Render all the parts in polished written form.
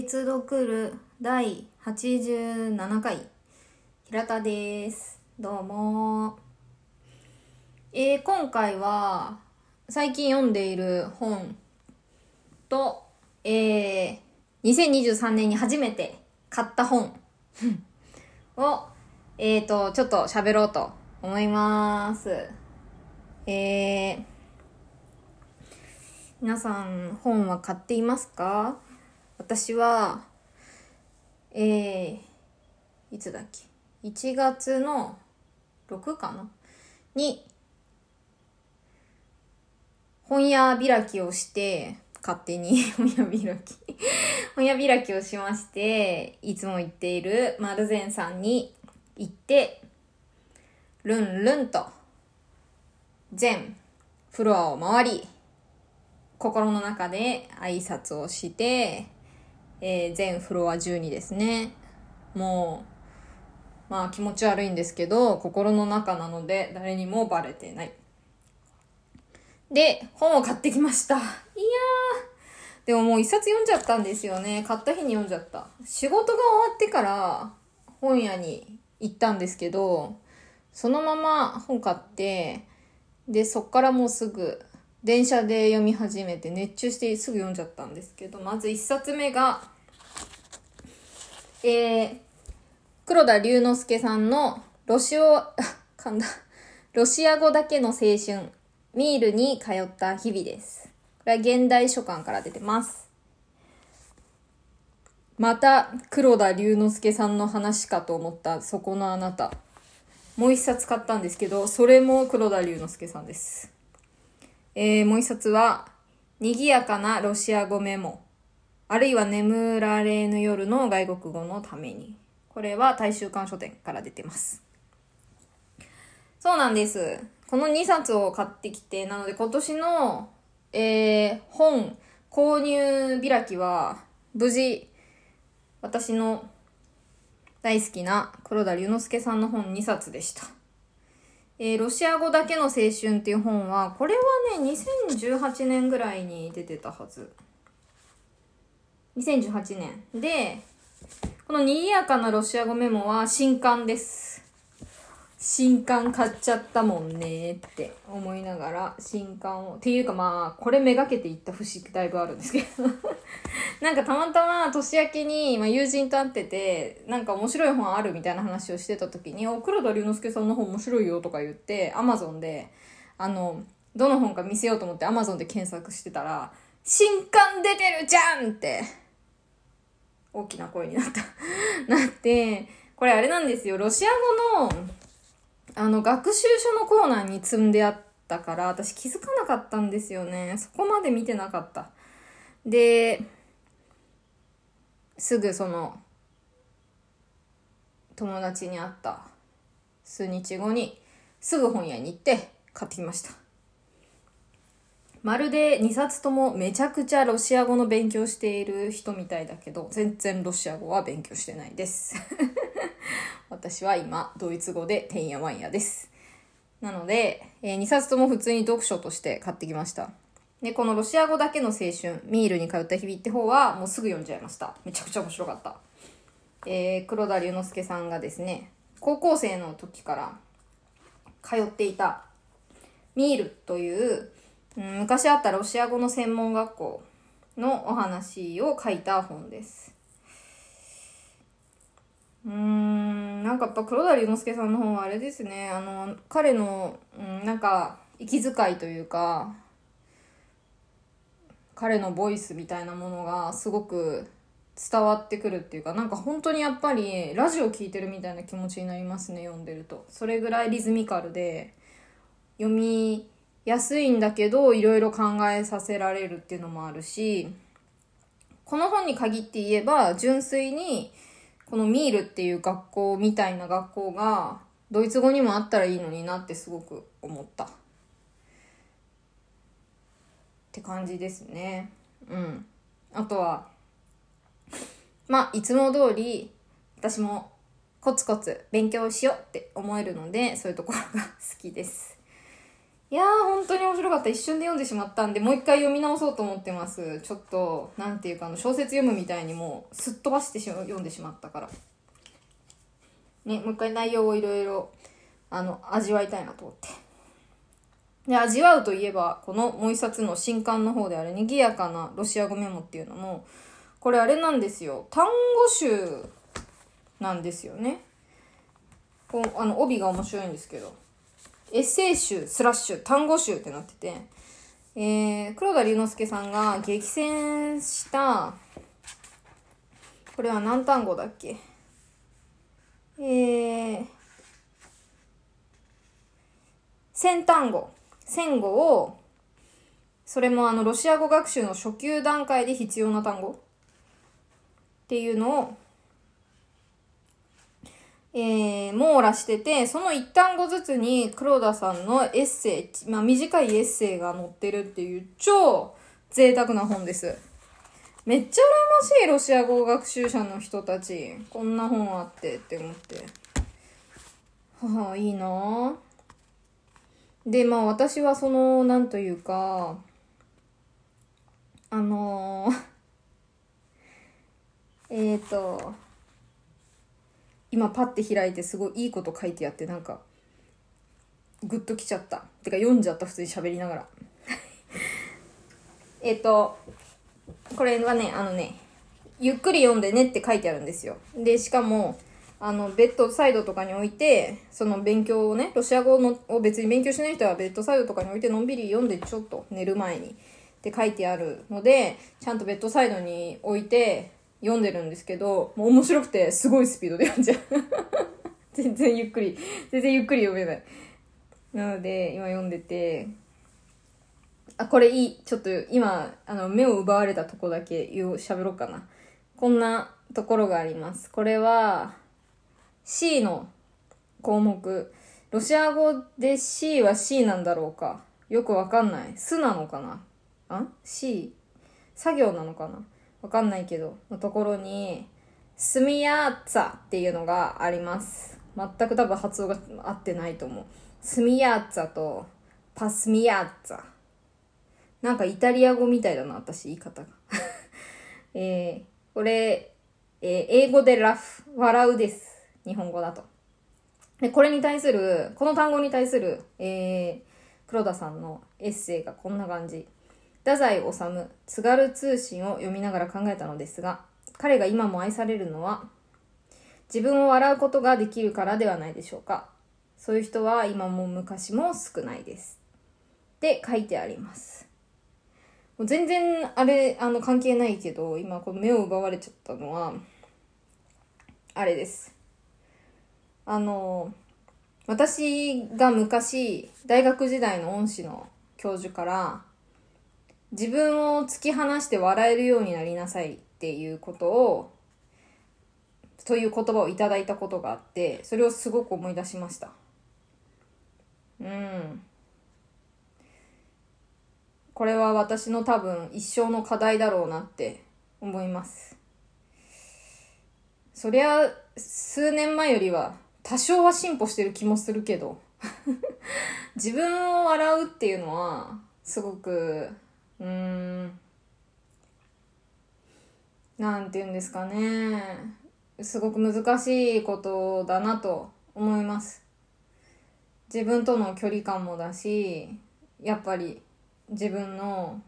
鉄読る第87回平田です。どうも。今回は最近読んでいる本と、2023年に初めて買った本をちょっと喋ろうと思います。皆さん本は買っていますか？私は、いつだっけ ?1 月の6かなに本屋開きをして、勝手に本屋開きをしまして、いつも行っている丸善さんに行って、ルンルンと全フロアを回り、心の中で挨拶をして、全フロア中にですね、もうまあ気持ち悪いんですけど、心の中なので誰にもバレてない。で、本を買ってきました。いやー、でももう一冊読んじゃったんですよね。買った日に読んじゃった。仕事が終わってから本屋に行ったんですけど、そのまま本買って、でそっからもうすぐ電車で読み始めて熱中してすぐ読んじゃったんですけど、まず一冊目が黒田龍之介さんのロシア語だけの青春ミールに通った日々です。これは現代書館から出てます。また黒田龍之介さんの話かと思ったそこのあなた。もう一冊買ったんですけど、それも黒田龍之介さんです。もう一冊は賑やかなロシア語メモ、あるいは眠られぬ夜の外国語のために。これは大衆館書店から出てます。そうなんです。この2冊を買ってきて、なので今年の、本購入開きは無事私の大好きな黒田龍之介さんの本2冊でした。ロシア語だけの青春っていう本は、これはね、2018年ぐらいに出てたはず。2018年。で、この賑やかなロシア語メモは新刊です。新刊買っちゃったもんねって思いながら新刊を。っていうかまあ、これめがけていった節だいぶあるんですけど。なんかたまたま年明けに、友人と会ってて、なんか面白い本あるみたいな話をしてた時に、黒田龍之介さんの本面白いよとか言って、Amazon で、どの本か見せようと思って Amazon で検索してたら、新刊出てるじゃんって、大きな声になって、これあれなんですよ、ロシア語の、学習書のコーナーに積んであったから、私気づかなかったんですよね。そこまで見てなかった。で、すぐその友達に会った数日後にすぐ本屋に行って買ってきました。まるで2冊ともめちゃくちゃロシア語の勉強している人みたいだけど、全然ロシア語は勉強してないです私は今ドイツ語でてんやわんやです。なので、2冊とも普通に読書として買ってきました。で、このロシア語だけの青春、ミールに通った日々って方はもうすぐ読んじゃいました。めちゃくちゃ面白かった。黒田龍之介さんがですね、高校生の時から通っていたミールという、昔あったロシア語の専門学校のお話を書いた本です。なんかやっぱ黒田龍之介さんの本はあれですね、彼の、なんか息遣いというか、彼のボイスみたいなものがすごく伝わってくるっていうか、なんか本当にやっぱりラジオ聞いてるみたいな気持ちになりますね、読んでると。それぐらいリズミカルで読みやすいんだけど、いろいろ考えさせられるっていうのもあるし、この本に限って言えば純粋にこのミールっていう学校みたいな学校がドイツ語にもあったらいいのになってすごく思ったって感じですね。あとは、いつも通り私もコツコツ勉強しようって思えるので、そういうところが好きです。 いやー、本当に面白かった。一瞬で読んでしまったんで、もう一回読み直そうと思ってます。ちょっと、なんていうか、小説読むみたいにもう、すっ飛ばして読んでしまったから。ね、もう一回内容をいろいろ、味わいたいなと思って。で、味わうといえば、このもう一冊の新刊の方である、賑やかなロシア語メモっていうのも、これあれなんですよ。単語集なんですよね。帯が面白いんですけど。エッセイ集/単語集ってなってて、黒田龍之介さんが激戦した、これは何単語だっけ1000単語。1000語を、それもロシア語学習の初級段階で必要な単語っていうのを、網羅してて、その一単語ずつに黒田さんのエッセイ、短いエッセイが載ってるっていう超贅沢な本です。めっちゃ羨ましいロシア語学習者の人たち。こんな本あってって思って。はあ、いいなぁ。で、私はなんというか、今パッて開いてすごいいいこと書いてあってなんかグッときちゃった。てか読んじゃった、普通に喋りながら。これはね、ゆっくり読んでねって書いてあるんですよ。で、しかも、ベッドサイドとかに置いて、その勉強をね、ロシア語を別に勉強しない人はベッドサイドとかに置いてのんびり読んでちょっと寝る前にって書いてあるので、ちゃんとベッドサイドに置いて読んでるんですけど、もう面白くてすごいスピードで読んじゃう。全然ゆっくり読めない。なので、今読んでて、これいい。ちょっと今、目を奪われたとこだけ喋ろうかな。こんなところがあります。これは、C の項目。ロシア語で C は C なんだろうか。よくわかんない。すなのかな?C? 作業なのかなわかんないけど、のところに、スミヤーツァっていうのがあります。全く多分発音が合ってないと思う。スミヤーツァとパスミヤーツァ。なんかイタリア語みたいだな、私、言い方が。これ、英語でラフ、笑うです。日本語だと。で、この単語に対する、黒田さんのエッセイがこんな感じ。太宰治、津軽通信を読みながら考えたのですが、彼が今も愛されるのは、自分を笑うことができるからではないでしょうか。そういう人は今も昔も少ないです。って書いてあります。もう全然関係ないけど、今この目を奪われちゃったのは、あれです。私が昔、大学時代の恩師の教授から、自分を突き放して笑えるようになりなさいっていうことを、そういう言葉をいただいたことがあって、それをすごく思い出しました。これは私の多分一生の課題だろうなって思います。そりゃ、数年前よりは多少は進歩してる気もするけど、自分を笑うっていうのは、すごく、なんて言うんですかね。すごく難しいことだなと思います。自分との距離感もだし、やっぱり自分の、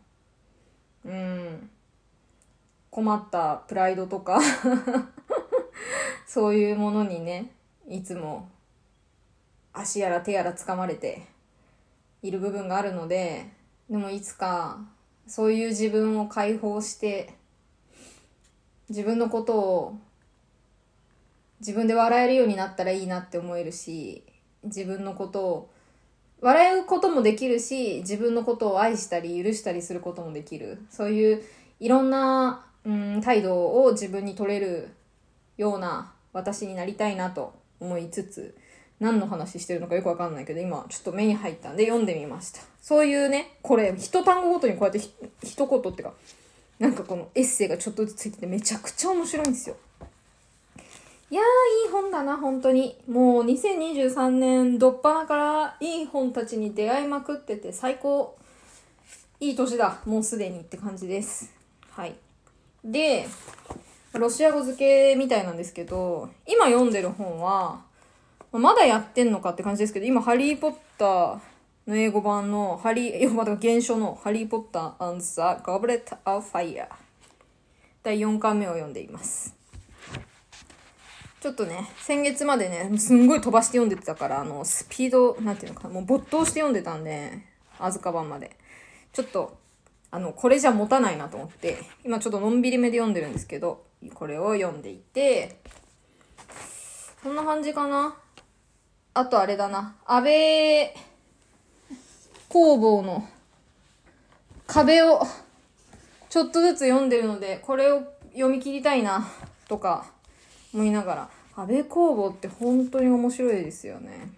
困ったプライドとかそういうものにね、いつも足やら手やら掴まれている部分があるので、でもいつかそういう自分を解放して自分のことを自分で笑えるようになったらいいなって思えるし、自分のことを笑うこともできるし、自分のことを愛したり許したりすることもできる。そういういろんな、態度を自分に取れるような私になりたいなと思いつつ、何の話してるのかよくわかんないけど、今ちょっと目に入ったんで読んでみました。そういうね、これ一単語ごとにこうやって一言ってか、なんかこのエッセイがちょっとずつついててめちゃくちゃ面白いんですよ。 いやー、いい本だな、本当に。もう2023年、どっぱなからいい本たちに出会いまくってて、最高。いい年だ、もうすでにって感じです。はい。で、ロシア語漬けみたいなんですけど、今読んでる本は、まだやってんのかって感じですけど、今、ハリーポッターの英語版の、原書のハリーポッター and the Goblet of Fire 第4巻目を読んでいます。ちょっとね、先月までね、すんごい飛ばして読んでたから、スピード、なんていうのか、もう没頭して読んでたんで、アズカバンまで。ちょっと、これじゃ持たないなと思って、今ちょっとのんびりめで読んでるんですけど、これを読んでいて、こんな感じかな。あとあれだな、安倍工房の壁をちょっとずつ読んでるので、これを読み切りたいな、とか思いながら、安倍工房って本当に面白いですよね。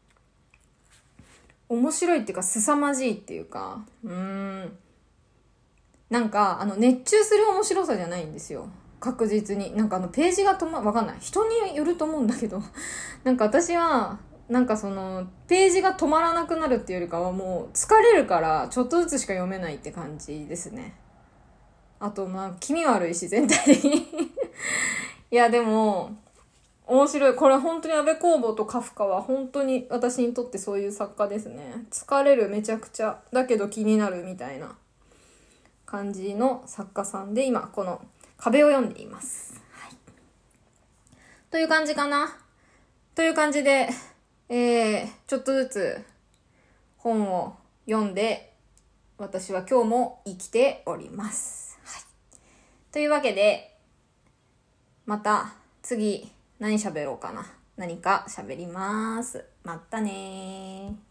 面白いっていうか、凄まじいっていうか、なんか、熱中する面白さじゃないんですよ。確実に。なんかページがわかんない。人によると思うんだけど、なんか私は、なんかページが止まらなくなるっていうよりかはもう疲れるからちょっとずつしか読めないって感じですね。あと気味悪いし全体的にいやでも、面白い。これ本当に安部公房とカフカは本当に私にとってそういう作家ですね。疲れるめちゃくちゃ。だけど気になるみたいな感じの作家さんで今この壁を読んでいます。はい。という感じかな。という感じで、ちょっとずつ本を読んで私は今日も生きております。はい。というわけで、また次何喋ろうかな。何か喋ります。またねー。